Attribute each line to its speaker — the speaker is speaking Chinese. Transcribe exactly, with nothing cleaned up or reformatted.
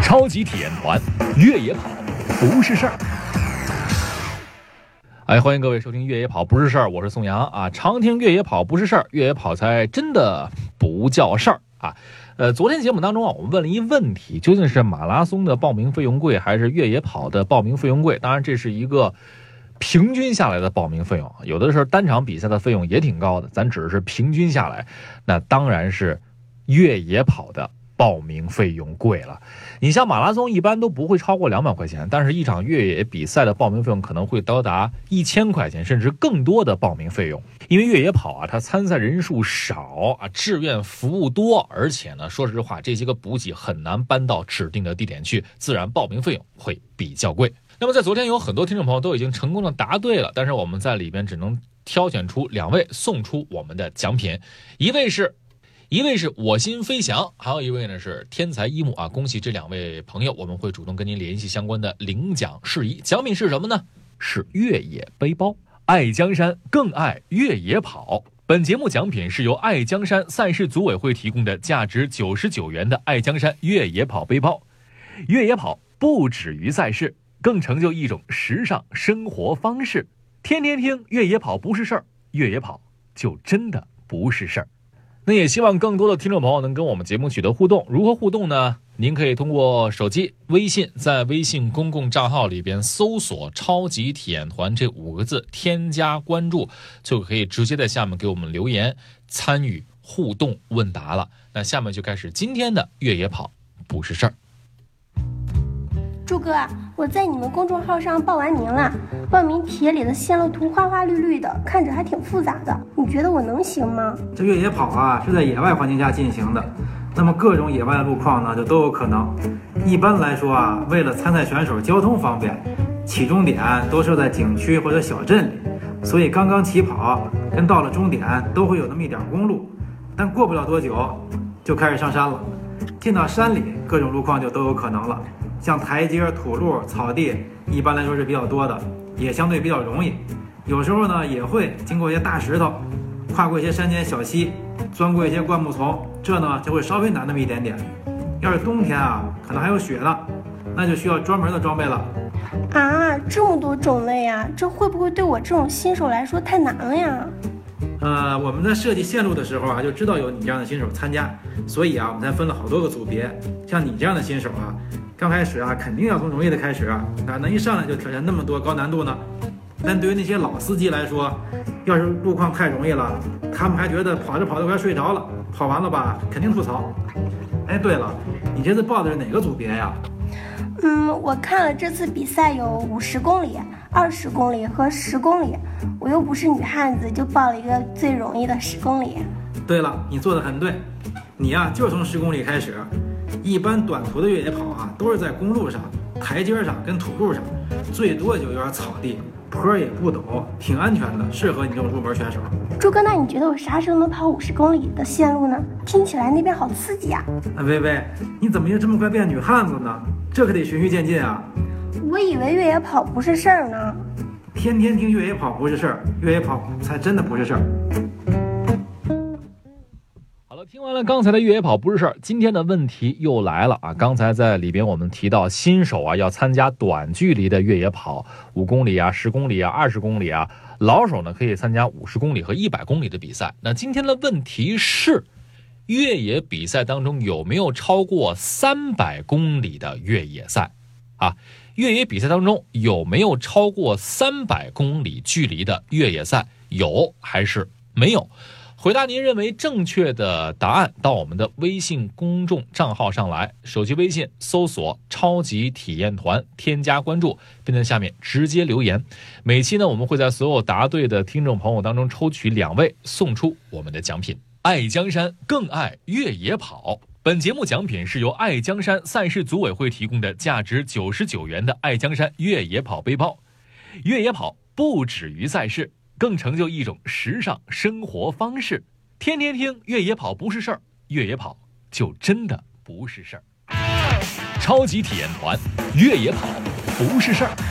Speaker 1: 超级体验团，越野跑不是事儿。哎，欢迎各位收听越野跑不是事儿，我是宋阳啊。常听越野跑不是事儿，越野跑才真的不叫事儿啊。呃，昨天节目当中啊，我们问了一问题，究竟是马拉松的报名费用贵，还是越野跑的报名费用贵？当然，这是一个平均下来的报名费用，有的时候单场比赛的费用也挺高的，咱只是平均下来，那当然是越野跑的报名费用贵了。你像马拉松一般都不会超过两百块钱，但是一场越野比赛的报名费用可能会高达一千块钱，甚至更多的报名费用。因为越野跑啊，它参赛人数少啊，志愿服务多，而且呢，说实话，这些个补给很难搬到指定的地点去，自然报名费用会比较贵。那么在昨天有很多听众朋友都已经成功的答对了，但是我们在里边只能挑选出两位送出我们的奖品，一位是一位是我心飞翔，还有一位呢是天才一木啊！恭喜这两位朋友，我们会主动跟您联系相关的领奖事宜。奖品是什么呢？是越野背包。爱江山更爱越野跑。本节目奖品是由爱江山赛事组委会提供的价值九十九元的爱江山越野跑背包。越野跑不止于赛事，更成就一种时尚生活方式。天天听越野跑不是事儿，越野跑就真的不是事儿。那也希望更多的听众朋友能跟我们节目取得互动。如何互动呢？您可以通过手机微信，在微信公共账号里边搜索超级体验团这五个字，添加关注，就可以直接在下面给我们留言，参与互动问答了。那下面就开始今天的越野跑不是事儿。
Speaker 2: 朱哥，我在你们公众号上报完名了，报名帖里的线路图花花绿绿的，看着还挺复杂的，你觉得我能行吗？
Speaker 3: 这越野跑啊是在野外环境下进行的，那么各种野外的路况呢就都有可能。一般来说啊，为了参赛选手交通方便，起终点都设在景区或者小镇里，所以刚刚起跑跟到了终点都会有那么一点公路，但过不了多久就开始上山了。进到山里，各种路况就都有可能了。像台阶、土路、草地，一般来说是比较多的，也相对比较容易。有时候呢，也会经过一些大石头，跨过一些山间小溪，钻过一些灌木丛，这呢就会稍微难那么一点点。要是冬天啊，可能还有雪呢，那就需要专门的装备了。
Speaker 2: 啊，这么多种类啊，这会不会对我这种新手来说太难了呀？
Speaker 3: 呃，我们在设计线路的时候啊，就知道有你这样的新手参加，所以啊，我们才分了好多个组别。像你这样的新手啊，刚开始啊，肯定要从容易的开始啊，哪能一上来就挑战那么多高难度呢？但对于那些老司机来说，要是路况太容易了，他们还觉得跑着跑着快睡着了，跑完了吧，肯定吐槽。哎，对了，你这次报的是哪个组别呀？
Speaker 2: 嗯，我看了这次比赛有五十公里、二十公里和十公里，我又不是女汉子，就报了一个最容易的十公里。
Speaker 3: 对了，你做的很对，你呀、啊、就是从十公里开始。一般短途的越野跑啊，都是在公路上、台阶上跟土路上，最多就有点草地，坡也不陡，挺安全的，适合你这种入门选手。
Speaker 2: 朱哥，那你觉得我啥时候能跑五十公里的线路呢？听起来那边好刺激啊！
Speaker 3: 啊，薇薇，你怎么就这么快变女汉子呢？这可得循序渐进啊！
Speaker 2: 我以为越野跑不是事儿呢。
Speaker 3: 天天听越野跑不是事儿，越野跑才真的不是事儿。
Speaker 1: 好了，听完了刚才的越野跑不是事儿，今天的问题又来了啊！刚才在里边我们提到新手啊要参加短距离的越野跑，五公里啊、十公里啊、二十公里啊，老手呢可以参加五十公里和一百公里的比赛。那今天的问题是，越野比赛当中有没有超过三百公里的越野赛啊？越野比赛当中有没有超过三百公里距离的越野赛？有还是没有？回答您认为正确的答案到我们的微信公众账号上来，手机微信搜索超级体验团，添加关注，并在下面直接留言。每期呢，我们会在所有答对的听众朋友当中抽取两位，送出我们的奖品。爱江山更爱越野跑。本节目奖品是由爱江山赛事组委会提供的价值九十九元的爱江山越野跑背包。越野跑不止于赛事，更成就一种时尚生活方式。天天听越野跑不是事儿，越野跑就真的不是事儿。超级体验团，越野跑不是事儿。